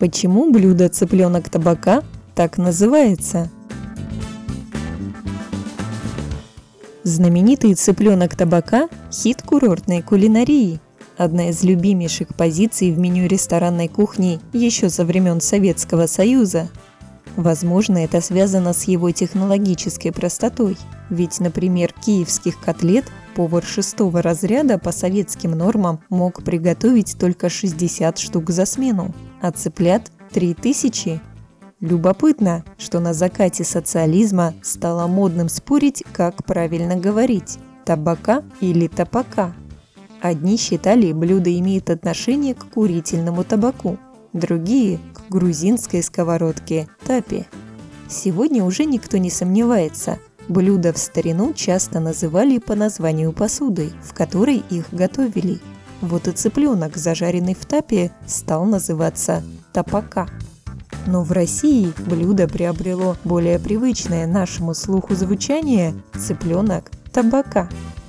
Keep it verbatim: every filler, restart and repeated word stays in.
Почему блюдо цыпленок табака так называется? Знаменитый цыпленок табака – хит курортной кулинарии. Одна из любимейших позиций в меню ресторанной кухни еще со времен Советского Союза. Возможно, это связано с его технологической простотой. Ведь, например, киевских котлет повар шестого разряда по советским нормам мог приготовить только шестьдесят штук за смену, а цыплят – три тысячи. Любопытно, что на закате социализма стало модным спорить, как правильно говорить – табака или тапака. Одни считали, блюдо имеет отношение к курительному табаку, другие – к грузинской сковородке тапи. Сегодня уже никто не сомневается, блюда в старину часто называли по названию посуды, в которой их готовили. Вот и цыпленок, зажаренный в тапе, стал называться тапака. Но в России блюдо приобрело более привычное нашему слуху звучание – цыпленок табака.